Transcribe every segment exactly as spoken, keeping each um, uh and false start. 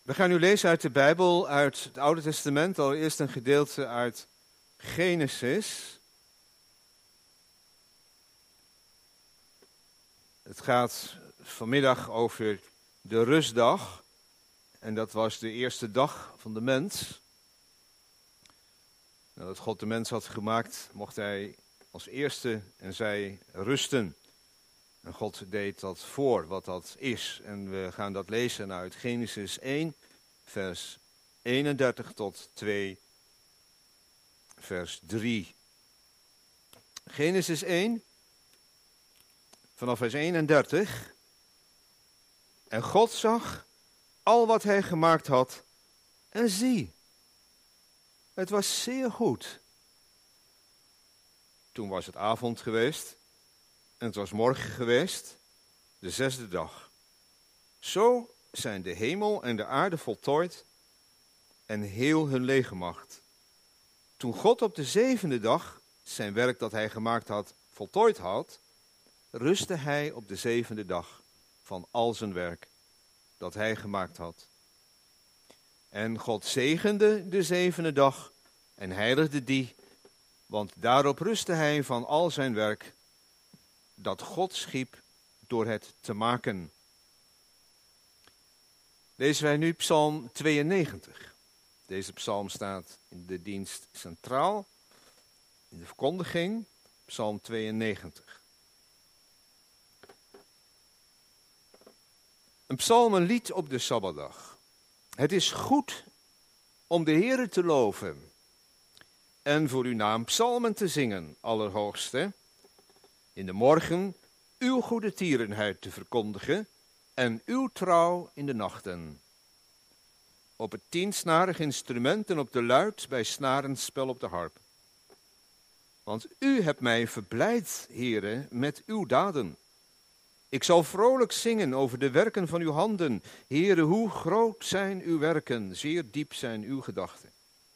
We gaan nu lezen uit de Bijbel, uit het Oude Testament, allereerst een gedeelte uit Genesis. Het gaat vanmiddag over de rustdag en dat was de eerste dag van de mens. Nadat God de mens had gemaakt, mocht hij als eerste en zij rusten. En God deed dat voor wat dat is. En we gaan dat lezen uit Genesis één, vers eenendertig tot twee, vers drie. Genesis één, vanaf vers eenendertig. En God zag al wat hij gemaakt had en zie, het was zeer goed. Toen was het avond geweest en het was morgen geweest, de zesde dag. Zo zijn de hemel en de aarde voltooid en heel hun legermacht. Toen God op de zevende dag zijn werk dat hij gemaakt had voltooid had, rustte hij op de zevende dag van al zijn werk dat hij gemaakt had. En God zegende de zevende dag en heiligde die, want daarop rustte hij van al zijn werk dat God schiep door het te maken. Lezen wij nu Psalm tweeënnegentig. Deze psalm staat in de dienst centraal, in de verkondiging, Psalm tweeënnegentig. Een psalm, een lied op de Sabbatdag. Het is goed om de Heere te loven en voor uw naam psalmen te zingen, Allerhoogste. In de morgen uw goede tierenheid te verkondigen en uw trouw in de nachten. Op het tiensnarig instrument en op de luid bij snarenspel op de harp. Want u hebt mij verblijd, Heere, met uw daden. Ik zal vrolijk zingen over de werken van uw handen. Heere, hoe groot zijn uw werken, zeer diep zijn uw gedachten.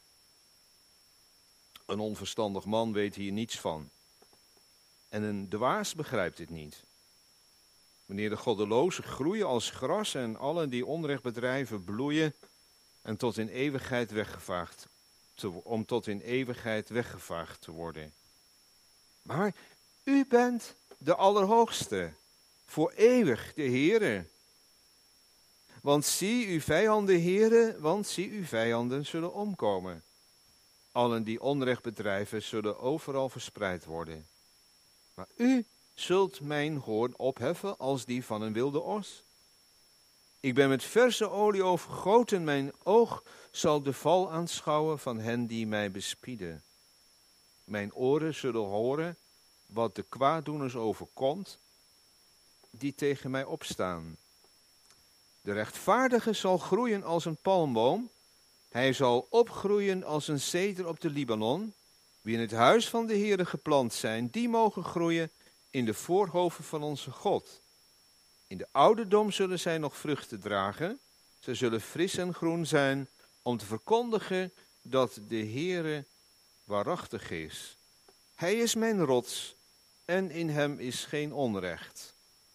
Een onverstandig man weet hier niets van. En een dwaas begrijpt dit niet. Wanneer de goddelozen groeien als gras en allen die onrecht bedrijven bloeien en tot in eeuwigheid weggevaagd, te, om tot in eeuwigheid weggevaagd te worden. Maar u bent de Allerhoogste, voor eeuwig de Heere. Want zie uw vijanden, Heere, want zie uw vijanden zullen omkomen. Allen die onrecht bedrijven zullen overal verspreid worden. Maar u zult mijn hoorn opheffen als die van een wilde os. Ik ben met verse olie overgoten, mijn oog zal de val aanschouwen van hen die mij bespieden. Mijn oren zullen horen wat de kwaaddoeners overkomt, die tegen mij opstaan. De rechtvaardige zal groeien als een palmboom, hij zal opgroeien als een ceder op de Libanon. Wie in het huis van de Heere geplant zijn, die mogen groeien in de voorhoven van onze God. In de ouderdom zullen zij nog vruchten dragen. Zij zullen fris en groen zijn om te verkondigen dat de Heere waarachtig is. Hij is mijn rots en in hem is geen onrecht.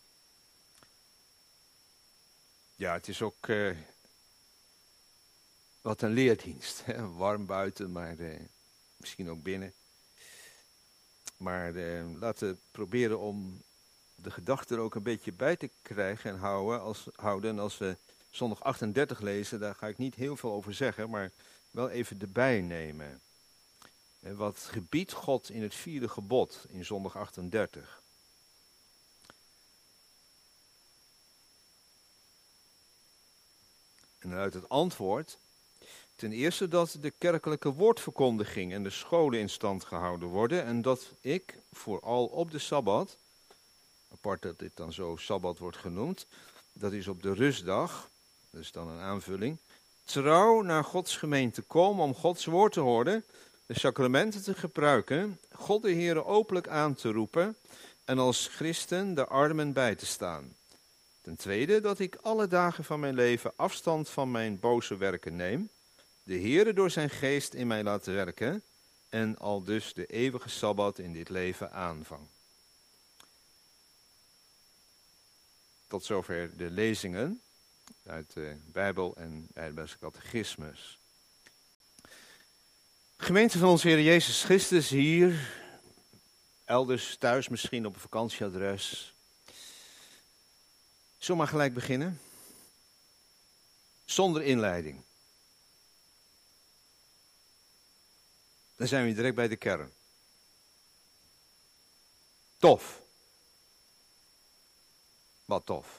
Ja, het is ook uh, wat een leerdienst. Hè? Warm buiten, maar uh, misschien ook binnen. Maar uh, laten we proberen om de gedachten er ook een beetje bij te krijgen en houden. Als, houden. Als we zondag achtendertig lezen, daar ga ik niet heel veel over zeggen, maar wel even erbij nemen. Uh, wat gebiedt God in het vierde gebod in zondag achtendertig? En uit het antwoord, ten eerste dat de kerkelijke woordverkondiging en de scholen in stand gehouden worden en dat ik, vooral op de Sabbat, apart dat dit dan zo Sabbat wordt genoemd, dat is op de rustdag, dat is dan een aanvulling, trouw naar Gods gemeente komen om Gods woord te horen, de sacramenten te gebruiken, God de Heere openlijk aan te roepen en als christen de armen bij te staan. Ten tweede dat ik alle dagen van mijn leven afstand van mijn boze werken neem, de Heere door zijn geest in mij laat werken en al dus de eeuwige Sabbat in dit leven aanvang. Tot zover de lezingen. uit de Bijbel en Bijbelse catechismus. Gemeente van onze Heer Jezus Christus hier, elders thuis misschien op een vakantieadres. Zullen we maar gelijk beginnen? Zonder inleiding. Dan zijn we direct bij de kern. Tof. Wat tof.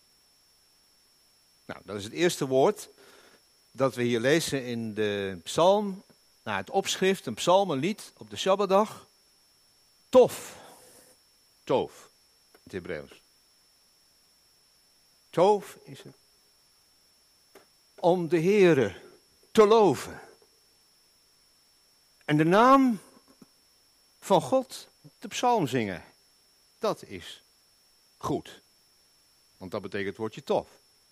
Nou, dat is het eerste woord dat we hier lezen in de psalm. Nou, het opschrift, een psalm, een lied op de Shabbatdag. Tof. Tof. In het Hebreeuws. Tof is het. Om de Heere te loven. En de naam van God de psalm zingen. Dat is goed. Want dat betekent het woordje tof.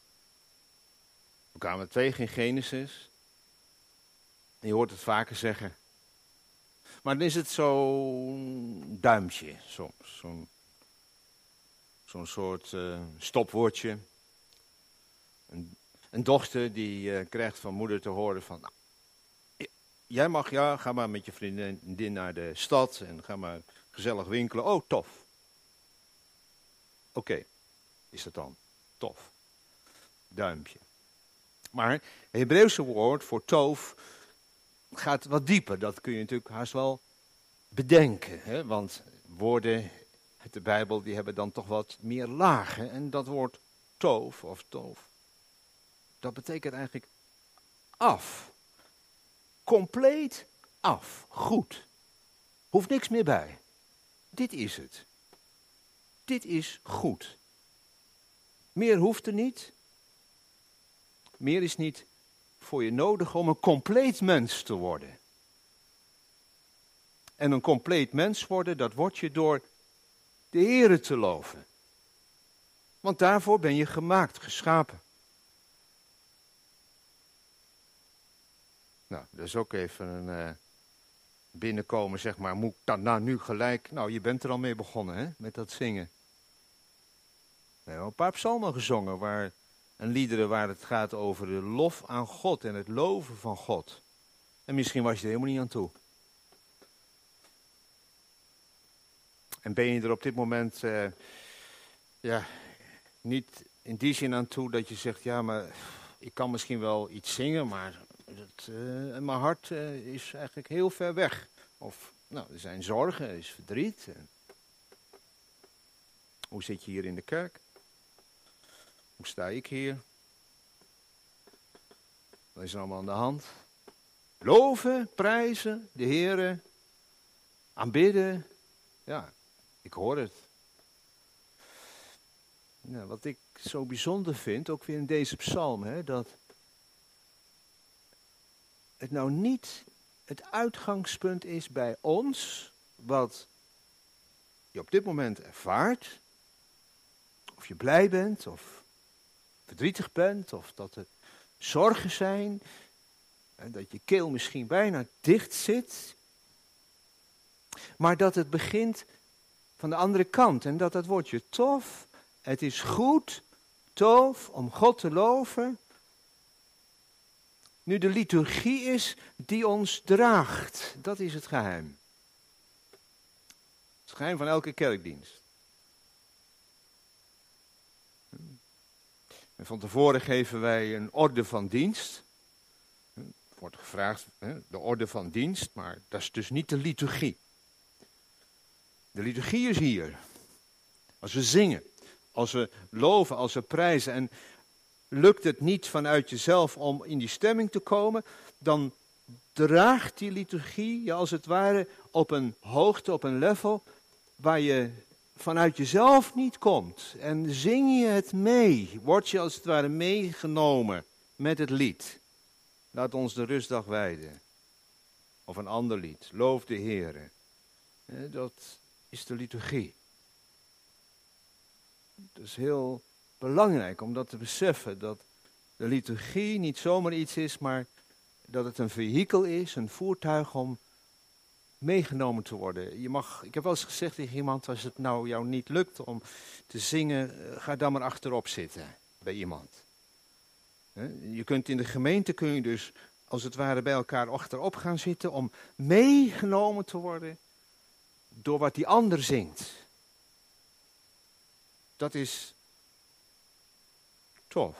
We kwamen tegen in Genesis. En je hoort het vaker zeggen. Maar dan is het zo'n duimpje soms. Zo'n zo'n soort uh, stopwoordje. Een, een dochter die uh, krijgt van moeder te horen van... Nou, jij mag, ja, ga maar met je vriendin naar de stad en ga maar gezellig winkelen. Oh, tof. Oké, okay, is dat dan tof. Duimpje. Maar het Hebreeuwse woord voor tof gaat wat dieper. Dat kun je natuurlijk haast wel bedenken. Hè? Want woorden uit de Bijbel die hebben dan toch wat meer lagen. En dat woord tof of tof, dat betekent eigenlijk af. Compleet af. Goed. Hoeft niks meer bij. Dit is het. Dit is goed. Meer hoeft er niet. Meer is niet voor je nodig om een compleet mens te worden. En een compleet mens worden, dat word je door de Heere te loven. Want daarvoor ben je gemaakt, geschapen. Nou, dat is ook even een uh, binnenkomen, zeg maar. Moet ik dat nou nu gelijk? Nou, je bent er al mee begonnen, hè, met dat zingen. We hebben een paar psalmen gezongen waar... En liederen waar het gaat over de lof aan God en het loven van God. En misschien was je er helemaal niet aan toe. En ben je er op dit moment uh, ja, niet in die zin aan toe dat je zegt... Ja, maar ik kan misschien wel iets zingen, maar het, uh, mijn hart uh, is eigenlijk heel ver weg. Of, nou, er zijn zorgen, er is verdriet. En hoe zit je hier in de kerk? Hoe sta ik hier? Wat is er allemaal aan de hand? Loven, prijzen, de Heere, aanbidden. Ja, ik hoor het. Nou, wat ik zo bijzonder vind, ook weer in deze psalm, hè, dat het nou niet het uitgangspunt is bij ons, wat je op dit moment ervaart, of je blij bent, of verdrietig bent, of dat er zorgen zijn, en dat je keel misschien bijna dicht zit, maar dat het begint van de andere kant, en dat dat woordje tof, het is goed, tof, om God te loven, nu de liturgie is die ons draagt, dat is het geheim. Het geheim van elke kerkdienst. En van tevoren geven wij een orde van dienst. Er wordt gevraagd, de orde van dienst, maar dat is dus niet de liturgie. De liturgie is hier. Als we zingen, als we loven, als we prijzen en lukt het niet vanuit jezelf om in die stemming te komen, dan draagt die liturgie je als het ware op een hoogte, op een level waar je vanuit jezelf niet komt. En zing je het mee, word je als het ware meegenomen met het lied. Laat ons de rustdag wijden. Of een ander lied, loof de Heere. Dat is de liturgie. Het is heel belangrijk om dat te beseffen, dat de liturgie niet zomaar iets is, maar dat het een vehikel is, een voertuig om meegenomen te worden. Je mag, ik heb wel eens gezegd tegen iemand, als het nou jou niet lukt om te zingen, ga dan maar achterop zitten bij iemand. Je kunt in de gemeente kun je dus als het ware bij elkaar achterop gaan zitten om meegenomen te worden door wat die ander zingt. Dat is tof.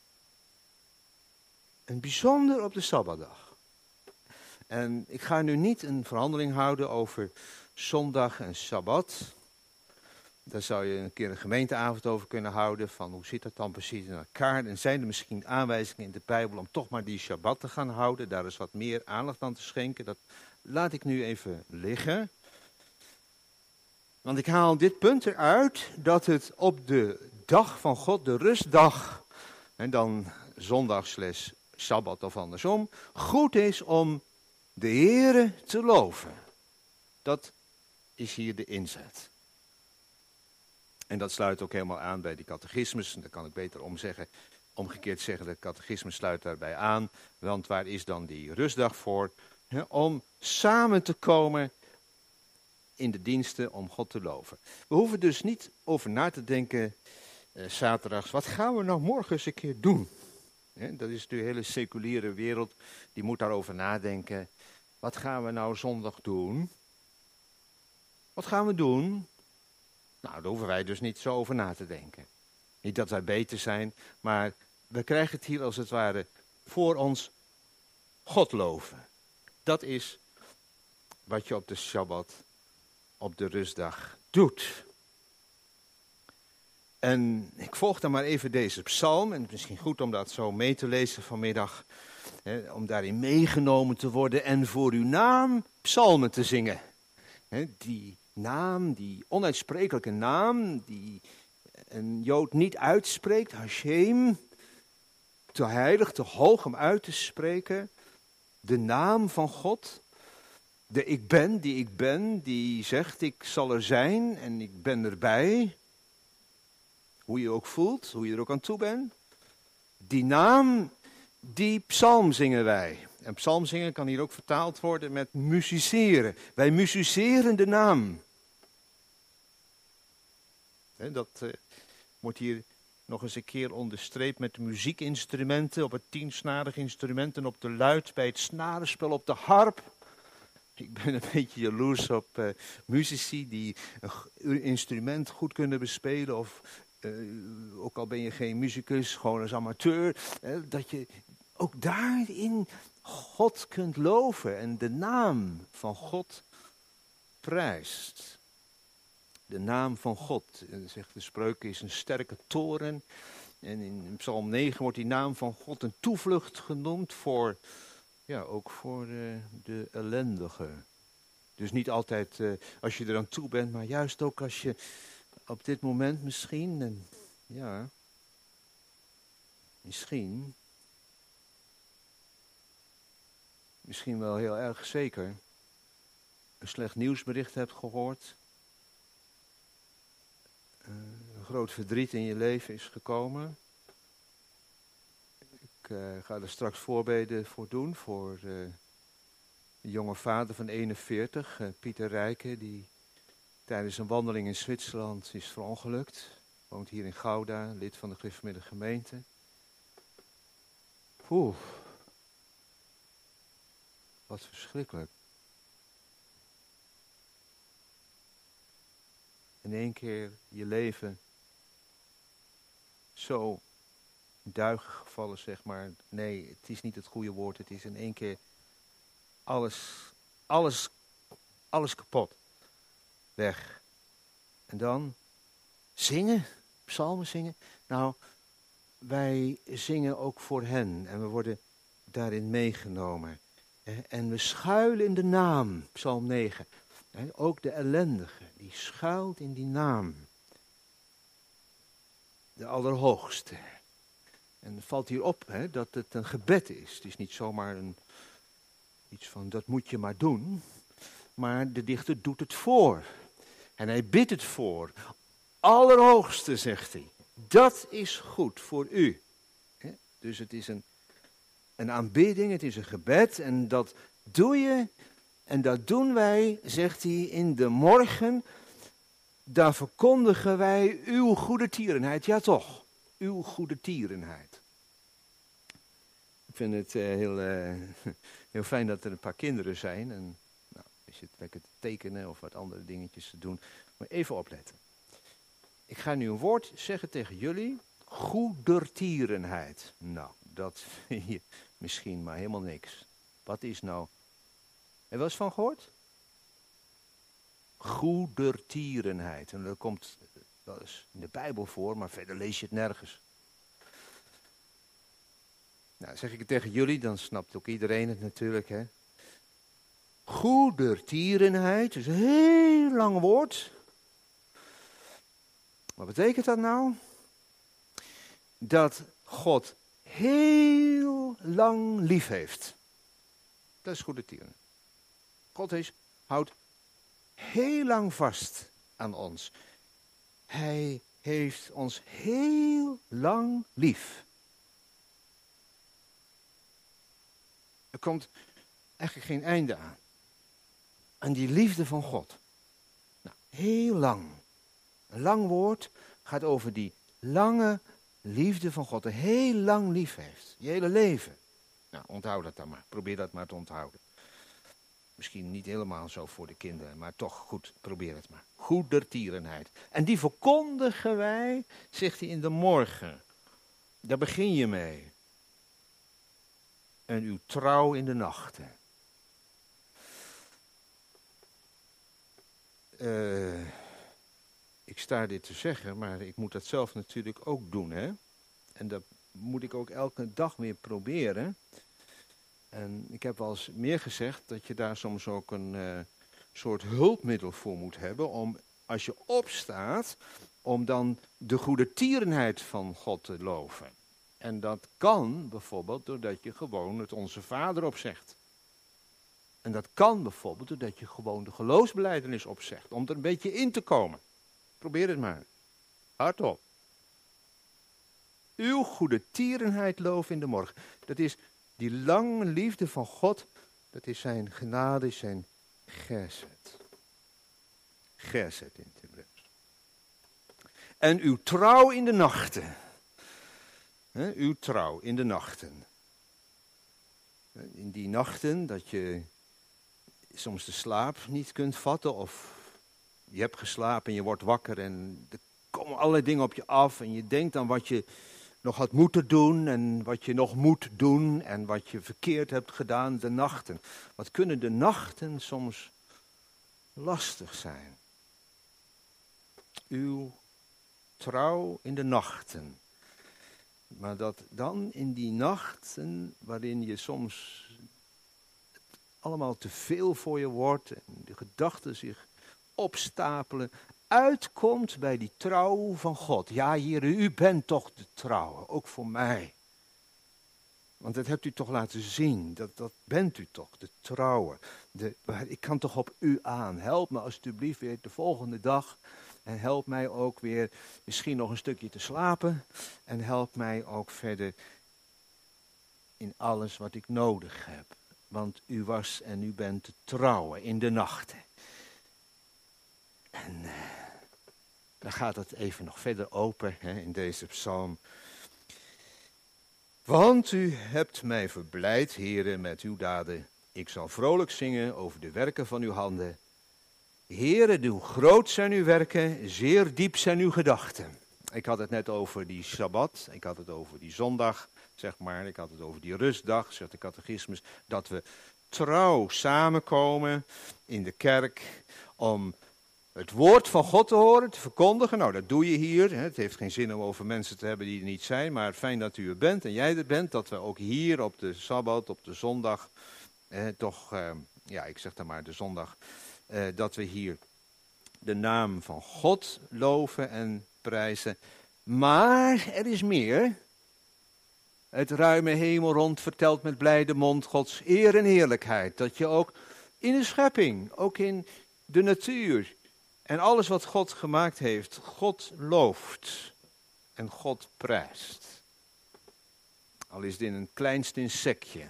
En bijzonder op de Sabbatdag. En ik ga nu niet een verhandeling houden over zondag en Sabbat. Daar zou je een keer een gemeenteavond over kunnen houden. Van hoe zit dat dan precies in elkaar? En zijn er misschien aanwijzingen in de Bijbel om toch maar die Shabbat te gaan houden? Daar is wat meer aandacht aan te schenken. Dat laat ik nu even liggen. Want ik haal dit punt eruit dat het op de dag van God, de rustdag, en dan zondag slash Sabbat of andersom, goed is om de Heere te loven. Dat is hier de inzet. En dat sluit ook helemaal aan bij die catechismus. En daar kan ik beter om zeggen, omgekeerd zeggen, de catechismus sluit daarbij aan. Want waar is dan die rustdag voor? He, om samen te komen in de diensten om God te loven. We hoeven dus niet over na te denken, eh, zaterdags, wat gaan we nou morgen eens een keer doen? He, dat is de hele seculiere wereld, die moet daarover nadenken. Wat gaan we nou zondag doen? Wat gaan we doen? Nou, daar hoeven wij dus niet zo over na te denken. Niet dat wij beter zijn, maar we krijgen het hier als het ware voor ons God loven. Dat is wat je op de Shabbat, op de rustdag doet. En ik volg dan maar even deze psalm, en het is misschien goed om dat zo mee te lezen vanmiddag, hè, om daarin meegenomen te worden en voor uw naam psalmen te zingen. Hè, die naam, die onuitsprekelijke naam, die een Jood niet uitspreekt, Hashem, te heilig, te hoog om uit te spreken, de naam van God, de ik ben die ik ben, die zegt ik zal er zijn en ik ben erbij, hoe je ook voelt, hoe je er ook aan toe bent. Die naam, die psalm zingen wij. En psalm zingen kan hier ook vertaald worden met musiceren. Wij musiceren de naam. He, dat uh, wordt hier nog eens een keer onderstreept met de muziekinstrumenten, op het tiensnarig instrument en op de luid bij het snarenspel op de harp. Ik ben een beetje jaloers op uh, muzici die een instrument goed kunnen bespelen of uh, ook al ben je geen muzikus, gewoon als amateur, hè, dat je ook daarin God kunt loven en de naam van God prijst. De naam van God, zegt de Spreuken, is een sterke toren. En in Psalm negen wordt die naam van God een toevlucht genoemd voor, ja, ook voor uh, de ellendige. Dus niet altijd uh, als je er aan toe bent, maar juist ook als je op dit moment misschien, en ja, misschien, misschien wel heel erg zeker, een slecht nieuwsbericht hebt gehoord. Uh, een groot verdriet in je leven is gekomen. Ik uh, ga er straks voorbeden voor doen, voor uh, de jonge vader van eenenveertig, uh, Pieter Rijken, die tijdens een wandeling in Zwitserland is verongelukt. Woont hier in Gouda, lid van de gereformeerde gemeente. Oeh, wat verschrikkelijk. In één keer je leven zo in duigen gevallen, zeg maar. Nee, het is niet het goede woord. Het is in één keer alles, alles, alles kapot. Weg. En dan zingen, psalmen zingen. Nou, wij zingen ook voor hen en we worden daarin meegenomen. En we schuilen in de naam, psalm negen. Ook de ellendige, die schuilt in die naam. De Allerhoogste. En het valt hier op hè, dat het een gebed is. Het is niet zomaar een, iets van dat moet je maar doen. Maar de dichter doet het voor. En hij bidt het voor. Allerhoogste, zegt hij. Dat is goed voor u. He? Dus het is een, een aanbidding, het is een gebed. En dat doe je, en dat doen wij, zegt hij, in de morgen. Daar verkondigen wij uw goede tierenheid. Ja toch, uw goede tierenheid. vind het uh, heel, uh, heel fijn dat er een paar kinderen zijn. En nou, je zit lekker te tekenen of wat andere dingetjes te doen. Maar even opletten. Ik ga nu een woord zeggen tegen jullie. Goedertierenheid. Nou, dat vind je misschien maar helemaal niks. Wat is nou... Heb je wel eens van gehoord? Goedertierenheid. En dat komt wel eens in de Bijbel voor, maar verder lees je het nergens. Nou, zeg ik het tegen jullie, dan snapt ook iedereen het natuurlijk, hè. Goedertierenheid is een heel lang woord. Wat betekent dat nou? Dat God heel lang lief heeft. Dat is goedertierenheid. God is, houdt heel lang vast aan ons. Hij heeft ons heel lang lief. Er komt eigenlijk geen einde aan. Aan die liefde van God. Nou, heel lang. Een lang woord gaat over die lange liefde van God. Die heel lang lief heeft. Je hele leven. Nou, onthoud dat dan maar. Probeer dat maar te onthouden. Misschien niet helemaal zo voor de kinderen, maar toch goed, probeer het maar. Goedertierenheid. En die verkondigen wij, zegt hij in de morgen. Daar begin je mee. En uw trouw in de nachten. Uh, ik sta dit te zeggen, maar ik moet dat zelf natuurlijk ook doen, hè. En dat moet ik ook elke dag weer proberen. En ik heb wel eens meer gezegd dat je daar soms ook een uh, soort hulpmiddel voor moet hebben. Om, als je opstaat, om dan de goedertierenheid van God te loven. En dat kan bijvoorbeeld doordat je gewoon het Onze Vader opzegt. En dat kan bijvoorbeeld doordat je gewoon de geloofsbelijdenis opzegt. Om er een beetje in te komen. Probeer het maar. Hardop. Uw goedertierenheid loven in de morgen. Dat is die lange liefde van God. Dat is zijn genade, zijn geset. Geset in het Hebreeuws. En uw trouw in de nachten. He, uw trouw in de nachten. In die nachten dat je soms de slaap niet kunt vatten. Of je hebt geslapen en je wordt wakker en er komen allerlei dingen op je af. En je denkt aan wat je nog had moeten doen en wat je nog moet doen. En wat je verkeerd hebt gedaan de nachten. Wat kunnen de nachten soms lastig zijn. Uw trouw in de nachten. Maar dat dan in die nachten, waarin je soms allemaal te veel voor je wordt en de gedachten zich opstapelen, uitkomt bij die trouw van God. Ja, Heer, u bent toch de trouwe, ook voor mij. Want dat hebt u toch laten zien, dat, dat bent u toch, de trouwe. De, ik kan toch op u aan, help me alsjeblieft weer de volgende dag. En help mij ook weer misschien nog een stukje te slapen. En help mij ook verder in alles wat ik nodig heb. Want u was en u bent te trouwen in de nachten. En uh, dan gaat het even nog verder open hè, in deze psalm. Want u hebt mij verblijd, Heere, met uw daden. Ik zal vrolijk zingen over de werken van uw handen. Heere, hoe groot zijn uw werken, zeer diep zijn uw gedachten. Ik had het net over die Sabbat, ik had het over die zondag, zeg maar. Ik had het over die rustdag, zegt de catechismus. Dat we trouw samenkomen in de kerk om het woord van God te horen, te verkondigen. Nou, dat doe je hier. Het heeft geen zin om over mensen te hebben die er niet zijn. Maar fijn dat u er bent en jij er bent. Dat we ook hier op de Sabbat, op de zondag, eh, toch, eh, ja, ik zeg dan maar de zondag... Uh, dat we hier de naam van God loven en prijzen. Maar er is meer. Het ruime hemelrond vertelt met blijde mond Gods eer en heerlijkheid. Dat je ook in de schepping, ook in de natuur en alles wat God gemaakt heeft, God looft en God prijst. Al is het in een kleinst insectje.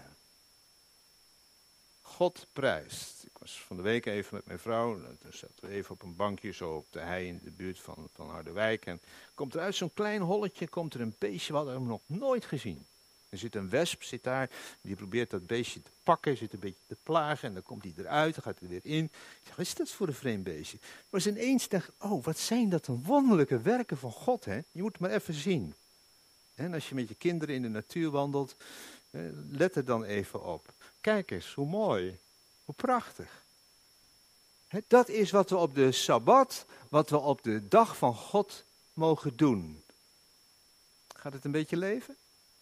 God prijst. Ik was van de week even met mijn vrouw, toen zaten we even op een bankje zo op de hei in de buurt van, van Harderwijk. En komt er uit zo'n klein holletje, komt er een beestje, wat we nog nooit gezien. Er zit een wesp, zit daar, die probeert dat beestje te pakken, zit een beetje te plagen en dan komt hij eruit, dan gaat hij weer in. Ik zeg, wat is dat voor een vreemd beestje? Maar ze ineens dacht, oh, wat zijn dat een wonderlijke werken van God, hè? Je moet het maar even zien. En als je met je kinderen in de natuur wandelt, let er dan even op. Kijk eens, hoe mooi, hoe prachtig. He, dat is wat we op de Sabbat, wat we op de dag van God mogen doen. Gaat het een beetje leven?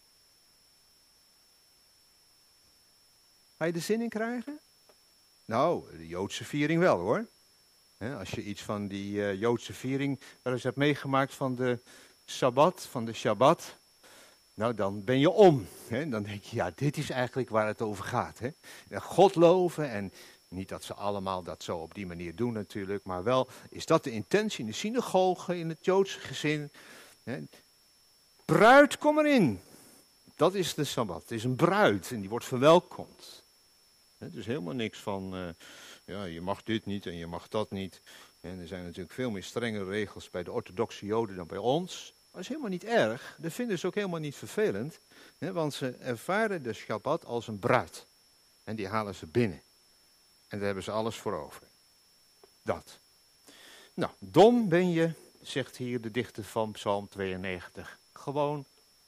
Ga je er zin in krijgen? Nou, de Joodse viering wel hoor. He, als je iets van die uh, Joodse viering wel eens hebt meegemaakt van de Sabbat, van de Shabbat, nou dan ben je om. He, dan denk je, ja, dit is eigenlijk waar het over gaat. He. God loven en niet dat ze allemaal dat zo op die manier doen natuurlijk, maar wel is dat de intentie in de synagoge, in het Joodse gezin. He. Bruid, kom erin. Dat is de Sabbat. Het is een bruid en die wordt verwelkomd. Het is helemaal niks van, uh, ja, je mag dit niet en je mag dat niet. En er zijn natuurlijk veel meer strenge regels bij de orthodoxe Joden dan bij ons. Dat is helemaal niet erg. Dat vinden ze ook helemaal niet vervelend. Hè, want ze ervaren de Shabbat als een bruid. En die halen ze binnen. En daar hebben ze alles voor over. Dat. Nou, dom ben je, zegt hier de dichter van Psalm tweeënnegentig. Gewoon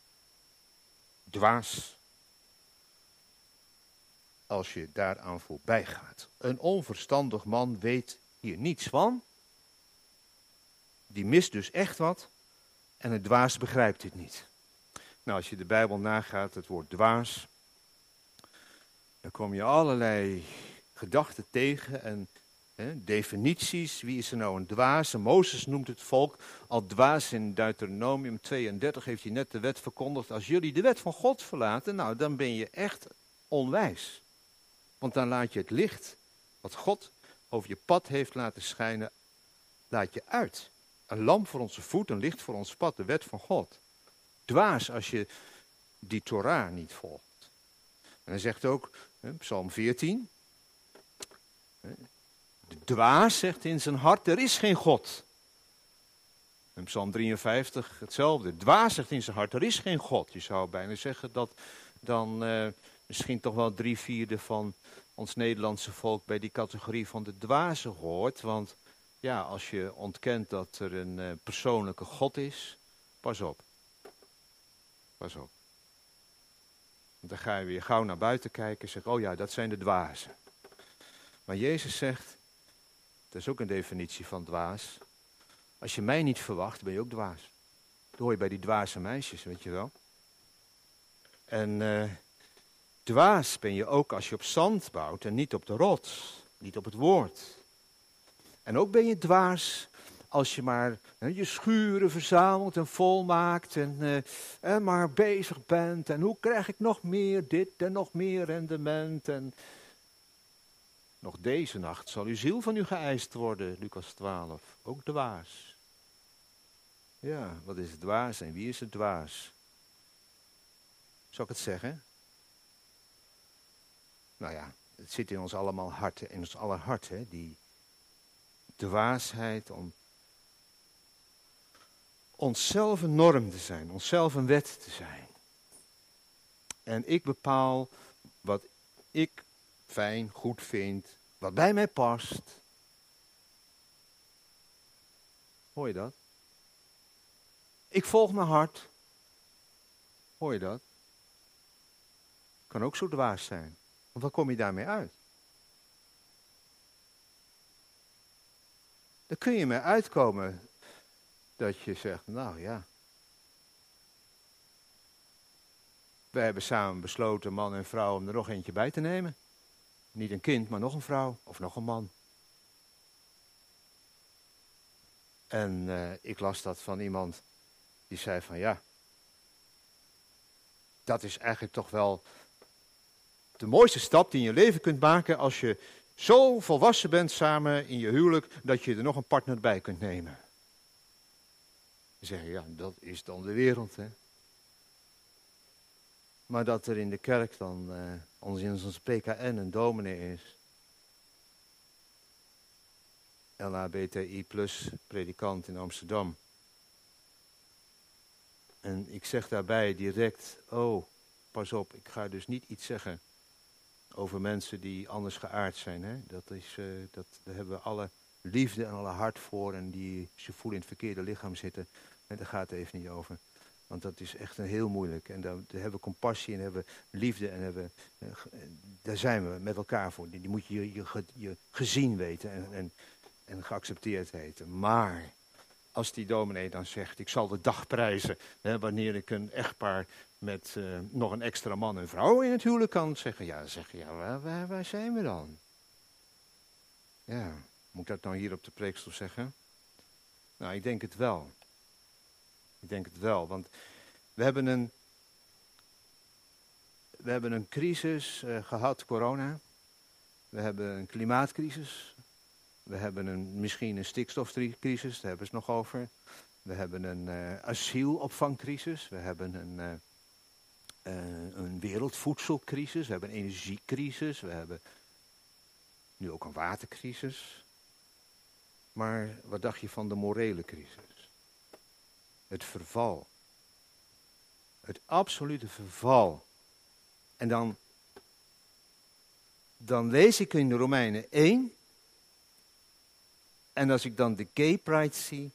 dwaas. Als je daaraan voorbij gaat. Een onverstandig man weet hier niets van. Die mist dus echt wat. En een dwaas begrijpt dit niet. Nou, als je de Bijbel nagaat, het woord dwaas, dan kom je allerlei gedachten tegen en hè, definities. Wie is er nou een dwaas? En Mozes noemt het volk al dwaas in Deuteronomium tweeëndertig, heeft hij net de wet verkondigd. Als jullie de wet van God verlaten, nou, dan ben je echt onwijs. Want dan laat je het licht, wat God over je pad heeft laten schijnen, laat je uit. Een lamp voor onze voet, een licht voor ons pad, de wet van God. Dwaas als je die Torah niet volgt. En hij zegt ook, hè, Psalm veertien. Hè, de dwaas zegt in zijn hart, er is geen God. En Psalm drieënvijftig hetzelfde. Dwaas zegt in zijn hart, er is geen God. Je zou bijna zeggen dat dan uh, misschien toch wel drie vierde van ons Nederlandse volk bij die categorie van de dwazen hoort. Want ja, als je ontkent dat er een uh, persoonlijke God is, pas op. Pas op. Want dan ga je weer gauw naar buiten kijken en zeggen, oh ja, dat zijn de dwazen. Maar Jezus zegt, dat is ook een definitie van dwaas. Als je mij niet verwacht, ben je ook dwaas. Dat hoor je bij die dwaze meisjes, weet je wel. En uh, dwaas ben je ook als je op zand bouwt en niet op de rots, niet op het woord. En ook ben je dwaas als je maar hè, je schuren verzamelt en volmaakt en, uh, en maar bezig bent. En hoe krijg ik nog meer dit en nog meer rendement. En nog deze nacht zal uw ziel van u geëist worden, Lucas twaalf. Ook dwaas. Ja, wat is het dwaas en wie is het dwaas? Zal ik het zeggen? Nou ja, het zit in ons allemaal hart, in ons aller hart, hè, die dwaasheid om onszelf een norm te zijn, onszelf een wet te zijn. En ik bepaal wat ik fijn, goed vind, wat bij mij past. Hoor je dat? Ik volg mijn hart. Hoor je dat? Kan ook zo dwaas zijn. Want wat kom je daarmee uit? Dan kun je mee uitkomen dat je zegt, nou ja. We hebben samen besloten, man en vrouw, om er nog eentje bij te nemen. Niet een kind, maar nog een vrouw of nog een man. En uh, ik las dat van iemand die zei van ja, dat is eigenlijk toch wel de mooiste stap die je in je leven kunt maken als je zo volwassen bent samen in je huwelijk dat je er nog een partner bij kunt nemen. Ze zeggen ja, dat is dan de wereld, hè. Maar dat er in de kerk dan, uh, ons in ons P K N een dominee is. L H B T I plus predikant in Amsterdam. En ik zeg daarbij direct, oh, pas op, ik ga dus niet iets zeggen over mensen die anders geaard zijn. Hè? Dat is, uh, dat, daar hebben we alle liefde en alle hart voor en die ze voelen in het verkeerde lichaam zitten. En daar gaat het even niet over. Want dat is echt een heel moeilijk. En daar, daar hebben we compassie en hebben we liefde en hebben we, uh, daar zijn we met elkaar voor. Die, die moet je je, je je gezien weten en, en, en geaccepteerd weten. Maar als die dominee dan zegt, ik zal de dag prijzen, hè, wanneer ik een echtpaar met uh, nog een extra man en vrouw in het huwelijk kan zeggen. Ja, dan zeg je, ja, waar, waar, waar zijn we dan? Ja, moet ik dat nou hier op de preekstoel zeggen? Nou, ik denk het wel. Ik denk het wel, want we hebben een, we hebben een crisis uh, gehad, corona. We hebben een klimaatcrisis. We hebben een, misschien een stikstofcrisis, daar hebben we het nog over. We hebben een uh, asielopvangcrisis. We hebben een, uh, uh, een wereldvoedselcrisis. We hebben een energiecrisis. We hebben nu ook een watercrisis. Maar wat dacht je van de morele crisis? Het verval. Het absolute verval. En dan, dan lees ik in de Romeinen één... En als ik dan de gay pride zie,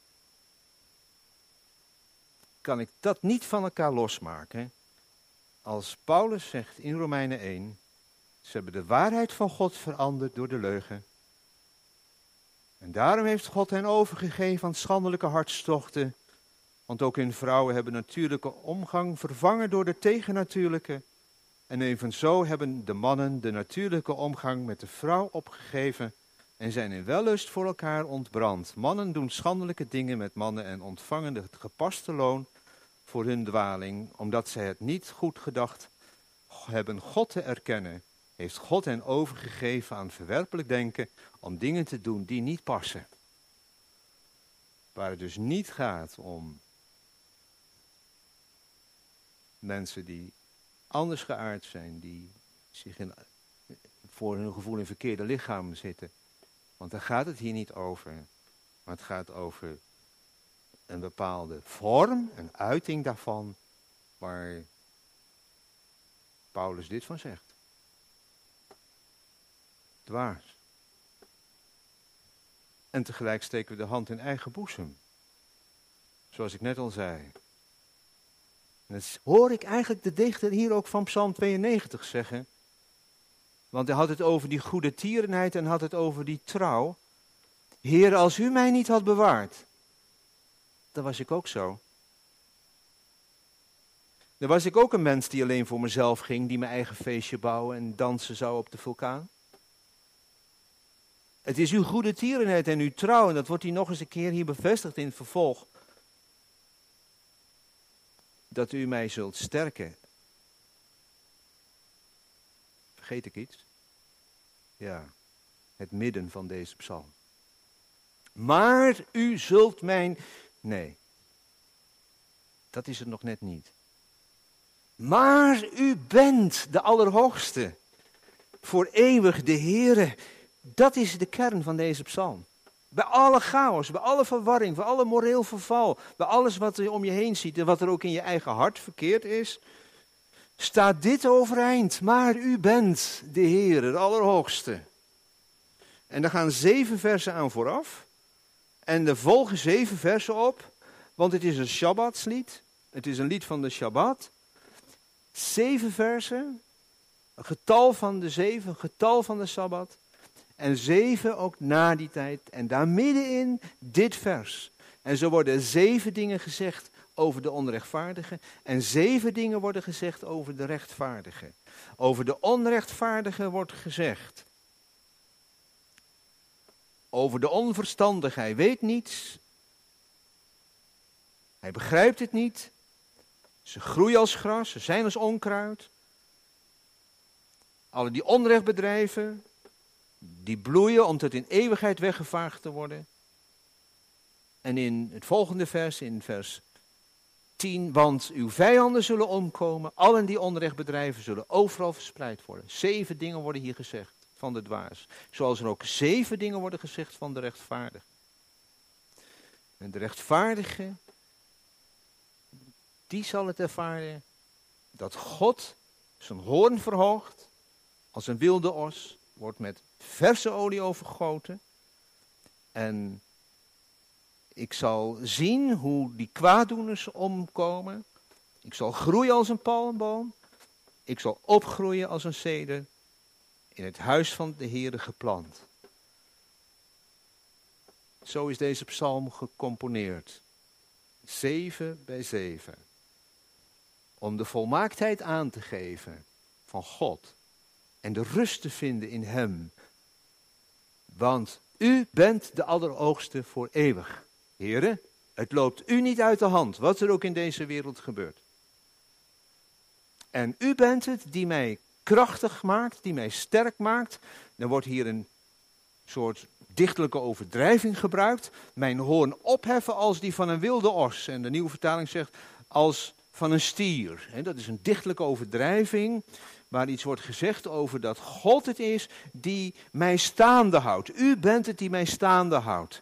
kan ik dat niet van elkaar losmaken. Als Paulus zegt in Romeinen één, ze hebben de waarheid van God veranderd door de leugen. En daarom heeft God hen overgegeven aan schandelijke hartstochten. Want ook hun vrouwen hebben natuurlijke omgang vervangen door de tegennatuurlijke. En evenzo hebben de mannen de natuurlijke omgang met de vrouw opgegeven en zijn in wellust voor elkaar ontbrand. Mannen doen schandelijke dingen met mannen en ontvangen het gepaste loon voor hun dwaling, omdat zij het niet goed gedacht hebben God te erkennen. Heeft God hen overgegeven aan verwerpelijk denken om dingen te doen die niet passen. Waar het dus niet gaat om mensen die anders geaard zijn, die zich in, voor hun gevoel in verkeerde lichaam zitten. Want daar gaat het hier niet over. Maar het gaat over een bepaalde vorm, een uiting daarvan, waar Paulus dit van zegt. Dwaas. En tegelijk steken we de hand in eigen boezem. Zoals ik net al zei. En dat hoor ik eigenlijk de dichter hier ook van Psalm tweeënnegentig zeggen. Want hij had het over die goede tierenheid en had het over die trouw. Heer, als u mij niet had bewaard, dan was ik ook zo. Dan was ik ook een mens die alleen voor mezelf ging, die mijn eigen feestje bouwen en dansen zou op de vulkaan. Het is uw goede tierenheid en uw trouw, en dat wordt hier nog eens een keer hier bevestigd in het vervolg. Dat u mij zult sterken. Vergeet ik iets? Ja, het midden van deze psalm. Maar u zult mijn... Nee, dat is het nog net niet. Maar u bent de Allerhoogste. Voor eeuwig de Heere. Dat is de kern van deze psalm. Bij alle chaos, bij alle verwarring, bij alle moreel verval, bij alles wat je om je heen ziet en wat er ook in je eigen hart verkeerd is, staat dit overeind. Maar u bent de Heere, de Allerhoogste. En daar gaan zeven versen aan vooraf. En er volgen zeven versen op, want het is een Shabbatslied. Het is een lied van de Shabbat. Zeven versen, een getal van de zeven, een getal van de Sabbat. En zeven ook na die tijd. En daar middenin dit vers. En zo worden zeven dingen gezegd over de onrechtvaardige. En zeven dingen worden gezegd over de rechtvaardige. Over de onrechtvaardige wordt gezegd. Over de onverstandige, hij weet niets. Hij begrijpt het niet. Ze groeien als gras, ze zijn als onkruid. Alle die onrecht bedrijven, die bloeien om tot in eeuwigheid weggevaagd te worden. En in het volgende vers, in vers tien, want uw vijanden zullen omkomen, allen die onrecht bedrijven zullen overal verspreid worden. Zeven dingen worden hier gezegd van de dwaas. Zoals er ook zeven dingen worden gezegd van de rechtvaardige. En de rechtvaardige, die zal het ervaren dat God zijn hoorn verhoogt, als een wilde os, wordt met verse olie overgoten. En ik zal zien hoe die kwaaddoeners omkomen. Ik zal groeien als een palmboom. Ik zal opgroeien als een ceder, in het huis van de Heere geplant. Zo is deze psalm gecomponeerd. Zeven bij zeven. Om de volmaaktheid aan te geven van God. En de rust te vinden in hem. Want u bent de Allerhoogste voor eeuwig. Heere, het loopt u niet uit de hand, wat er ook in deze wereld gebeurt. En u bent het die mij krachtig maakt, die mij sterk maakt. Dan wordt hier een soort dichtelijke overdrijving gebruikt. Mijn hoorn opheffen als die van een wilde os. En de nieuwe vertaling zegt als van een stier. He, dat is een dichtelijke overdrijving waar iets wordt gezegd over dat God het is die mij staande houdt. U bent het die mij staande houdt.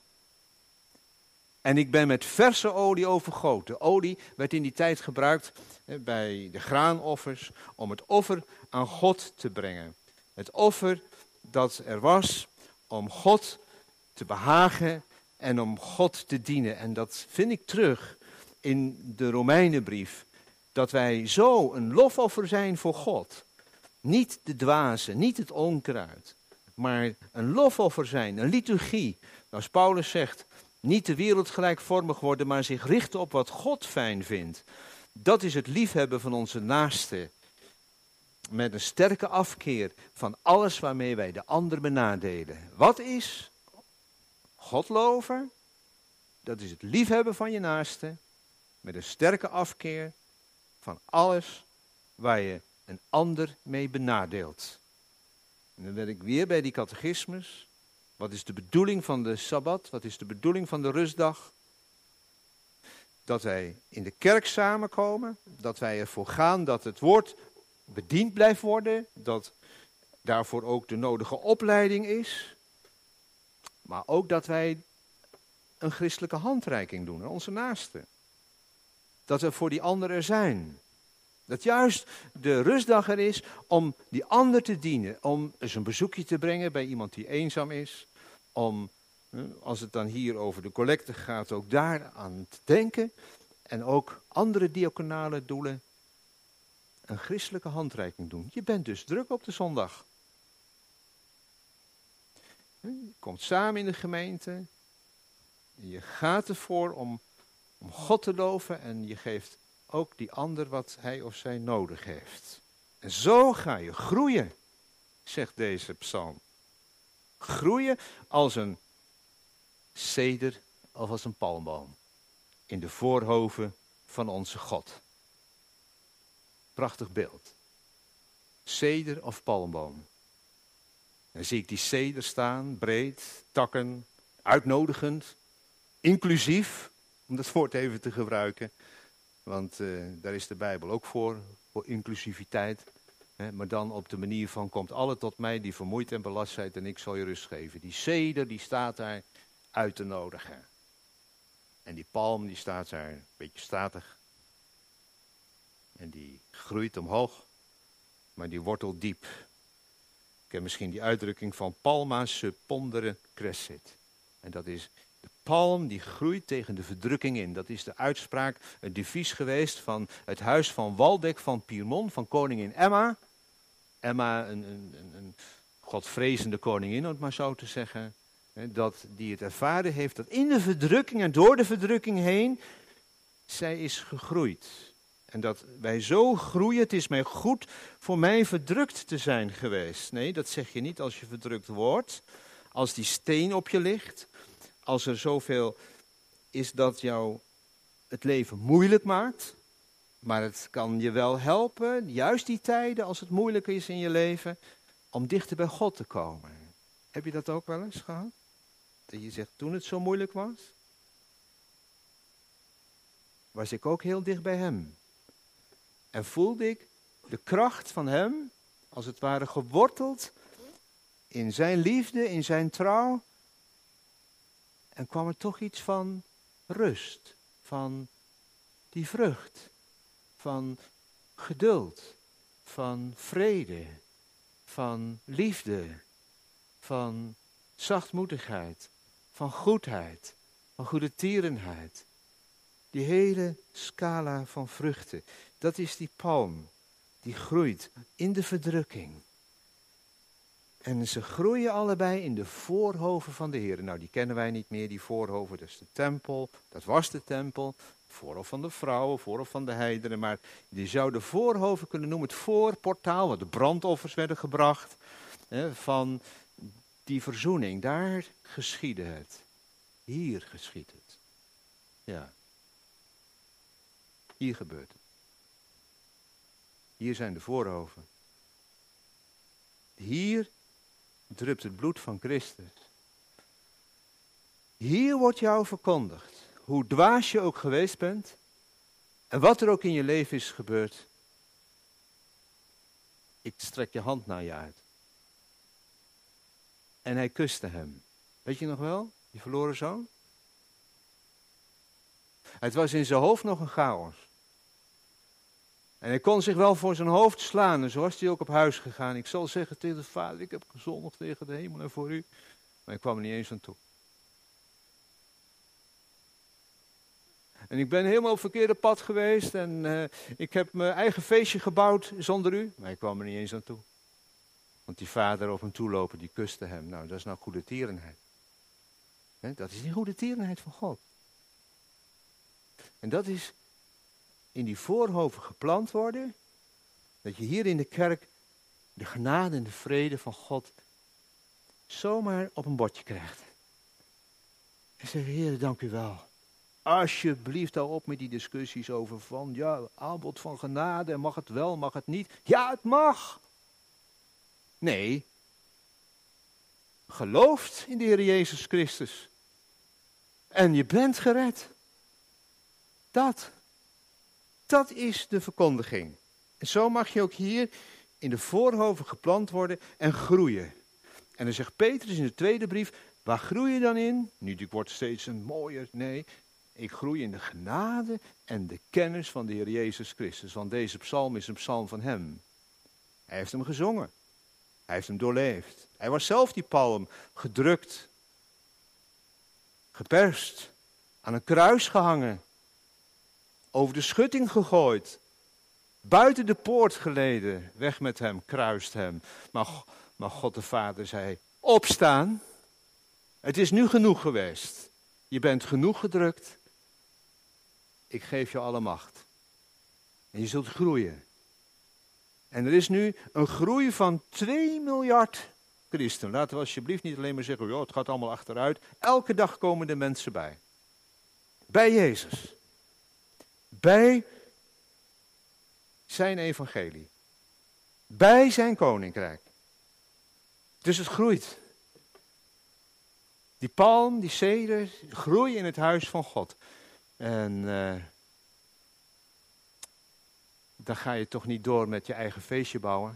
En ik ben met verse olie overgoten. Olie werd in die tijd gebruikt he, bij de graanoffers om het offer aan God te brengen. Het offer dat er was om God te behagen en om God te dienen. En dat vind ik terug in de Romeinenbrief. Dat wij zo een lofoffer zijn voor God. Niet de dwaze, niet het onkruid. Maar een lofoffer zijn, een liturgie. Als Paulus zegt, niet de wereld gelijkvormig worden, maar zich richten op wat God fijn vindt. Dat is het liefhebben van onze naaste. Met een sterke afkeer van alles waarmee wij de ander benadelen. Wat is God loven? Dat is het liefhebben van je naaste. Met een sterke afkeer van alles waar je een ander mee benadeelt. En dan ben ik weer bij die catechismus. Wat is de bedoeling van de Sabbat? Wat is de bedoeling van de rustdag? Dat wij in de kerk samenkomen. Dat wij ervoor gaan dat het woord bediend blijft worden. Dat daarvoor ook de nodige opleiding is. Maar ook dat wij een christelijke handreiking doen aan onze naasten. Dat we voor die anderen er zijn. Dat juist de rustdag er is om die ander te dienen. Om eens een bezoekje te brengen bij iemand die eenzaam is. Om, als het dan hier over de collecte gaat, ook daar aan te denken. En ook andere diaconale doelen. Een christelijke handreiking doen. Je bent dus druk op de zondag. Je komt samen in de gemeente. Je gaat ervoor om, om God te loven. En je geeft ook die ander wat hij of zij nodig heeft. En zo ga je groeien, zegt deze psalm. Groeien als een ceder of als een palmboom. In de voorhoven van onze God. Prachtig beeld. Ceder of palmboom. Dan zie ik die ceder staan, breed, takken, uitnodigend, inclusief, om dat woord even te gebruiken. Want uh, daar is de Bijbel ook voor, voor inclusiviteit. Hè, maar dan op de manier van, komt alle tot mij die vermoeid en belast zijn en ik zal je rust geven. Die ceder die staat daar uit te nodigen. En die palm die staat daar een beetje statig. En die groeit omhoog, maar die wortelt diep. Ik heb misschien die uitdrukking van palma sepondere crescit. En dat is de palm die groeit tegen de verdrukking in. Dat is de uitspraak, een devies geweest van het huis van Waldeck van Pyrmont, van koningin Emma. Emma, een, een, een, een godvrezende koningin, om het maar zo te zeggen. Hè, dat die het ervaren heeft dat in de verdrukking en door de verdrukking heen, zij is gegroeid. En dat wij zo groeien, het is mij goed voor mij verdrukt te zijn geweest. Nee, dat zeg je niet als je verdrukt wordt. Als die steen op je ligt. Als er zoveel is dat jou het leven moeilijk maakt. Maar het kan je wel helpen, juist die tijden als het moeilijk is in je leven, om dichter bij God te komen. Heb je dat ook wel eens gehad? Dat je zegt, toen het zo moeilijk was, was ik ook heel dicht bij hem. En voelde ik de kracht van hem, als het ware geworteld in zijn liefde, in zijn trouw. En kwam er toch iets van rust, van die vrucht, van geduld, van vrede, van liefde, van zachtmoedigheid, van goedheid, van goedertierenheid. Die hele scala van vruchten, dat is die palm, die groeit in de verdrukking. En ze groeien allebei in de voorhoven van de Heer. Nou, die kennen wij niet meer, die voorhoven, dat is de tempel, dat was de tempel. Voorhof van de vrouwen, voorhof van de heidenen. Maar je zou de voorhoven kunnen noemen, het voorportaal, waar de brandoffers werden gebracht. Hè, van die verzoening, daar geschiedde het. Hier geschiedt het. Ja. Hier gebeurt het. Hier zijn de voorhoven. Hier drupt het bloed van Christus. Hier wordt jou verkondigd, hoe dwaas je ook geweest bent en wat er ook in je leven is gebeurd. Ik strek je hand naar je uit. En hij kuste hem. Weet je nog wel, die verloren zoon? Het was in zijn hoofd nog een chaos. En hij kon zich wel voor zijn hoofd slaan. En zo was hij ook op huis gegaan. Ik zal zeggen tegen de vader, ik heb gezondigd tegen de hemel en voor u. Maar ik kwam er niet eens aan toe. En ik ben helemaal op het verkeerde pad geweest. En uh, ik heb mijn eigen feestje gebouwd zonder u. Maar ik kwam er niet eens aan toe. Want die vader op hem toelopen, die kuste hem. Nou, dat is nou goedertierenheid. He, dat is die goedertierenheid van God. En dat is in die voorhoven geplant worden, dat je hier in de kerk de genade en de vrede van God zomaar op een bordje krijgt. En zeg, Heer, dank u wel. Alsjeblieft, hou op met die discussies over van, ja, aanbod van genade, mag het wel, mag het niet? Ja, het mag. Nee, gelooft in de Heer Jezus Christus. En je bent gered. Dat. Dat is de verkondiging. En zo mag je ook hier in de voorhoven geplant worden en groeien. En dan zegt Petrus in de tweede brief, waar groei je dan in? Niet, ik word steeds een mooier, nee. Ik groei in de genade en de kennis van de Heer Jezus Christus. Want deze psalm is een psalm van hem. Hij heeft hem gezongen. Hij heeft hem doorleefd. Hij was zelf die palm gedrukt, geperst, aan een kruis gehangen. Over de schutting gegooid. Buiten de poort geleden. Weg met hem, kruist hem. Maar, maar God de Vader zei, opstaan. Het is nu genoeg geweest. Je bent genoeg gedrukt. Ik geef je alle macht. En je zult groeien. En er is nu een groei van twee miljard christenen. Laten we alsjeblieft niet alleen maar zeggen, joh, het gaat allemaal achteruit. Elke dag komen er mensen bij. Bij Jezus. Bij zijn evangelie. Bij zijn koninkrijk. Dus het groeit. Die palm, die ceder, groeien in het huis van God. En uh, dan ga je toch niet door met je eigen feestje bouwen.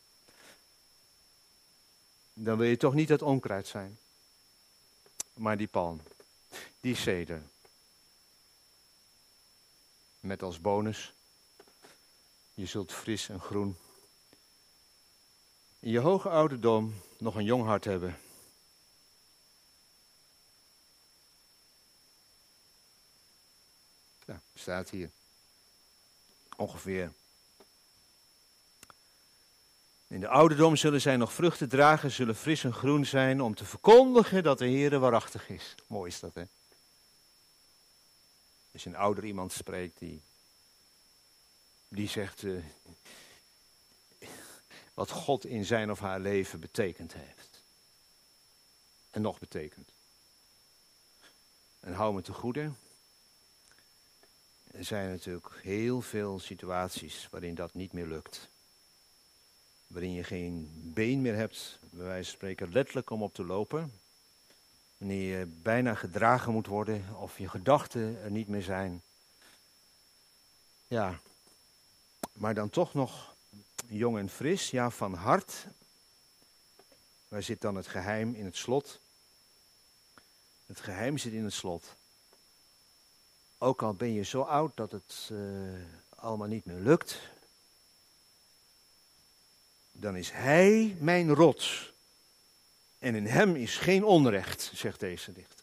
Dan wil je toch niet het onkruid zijn. Maar die palm, die ceder. Met als bonus, je zult fris en groen in je hoge ouderdom nog een jong hart hebben. Ja, staat hier. Ongeveer. In de ouderdom zullen zij nog vruchten dragen, zullen fris en groen zijn om te verkondigen dat de Heere waarachtig is. Mooi is dat, hè? Als je een ouder iemand spreekt die, die zegt uh, wat God in zijn of haar leven betekend heeft. En nog betekent. En hou me te goede. Er zijn natuurlijk heel veel situaties waarin dat niet meer lukt. Waarin je geen been meer hebt, bij wijze van spreken letterlijk om op te lopen. Wanneer je bijna gedragen moet worden of je gedachten er niet meer zijn. Ja, maar dan toch nog jong en fris, ja, van hart. Waar zit dan het geheim in het slot? Het geheim zit in het slot. Ook al ben je zo oud dat het uh, allemaal niet meer lukt. dan is hij mijn rots. En in hem is geen onrecht, zegt deze dichter.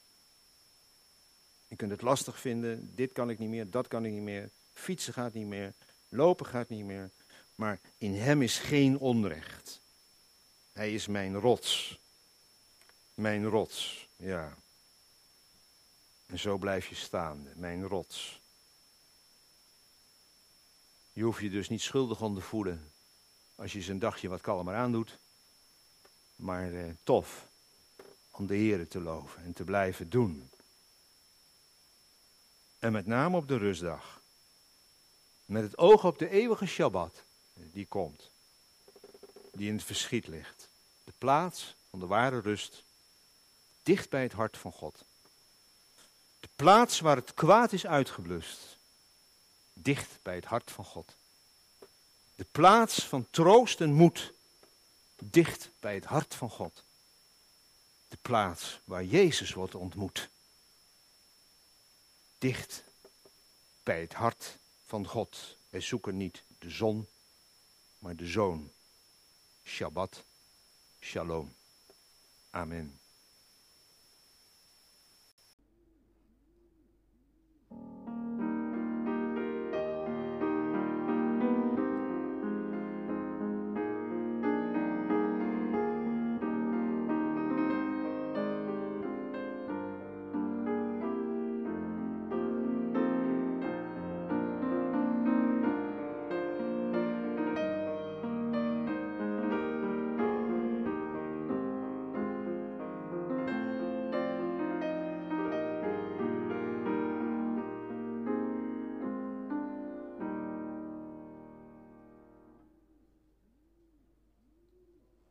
Je kunt het lastig vinden, dit kan ik niet meer, dat kan ik niet meer. Fietsen gaat niet meer, lopen gaat niet meer. Maar in hem is geen onrecht. Hij is mijn rots. Mijn rots, ja. En zo blijf je staande, mijn rots. Je hoeft je dus niet schuldig om te voelen als je zijn dagje wat kalmer aandoet. Maar eh, tof om de Heere te loven en te blijven doen. En met name op de rustdag. Met het oog op de eeuwige Shabbat die komt. Die in het verschiet ligt. De plaats van de ware rust. Dicht bij het hart van God. De plaats waar het kwaad is uitgeblust. Dicht bij het hart van God. De plaats van troost en moed. Dicht bij het hart van God. De plaats waar Jezus wordt ontmoet. Dicht bij het hart van God. Wij zoeken niet de zon, maar de Zoon. Shabbat, shalom. Amen.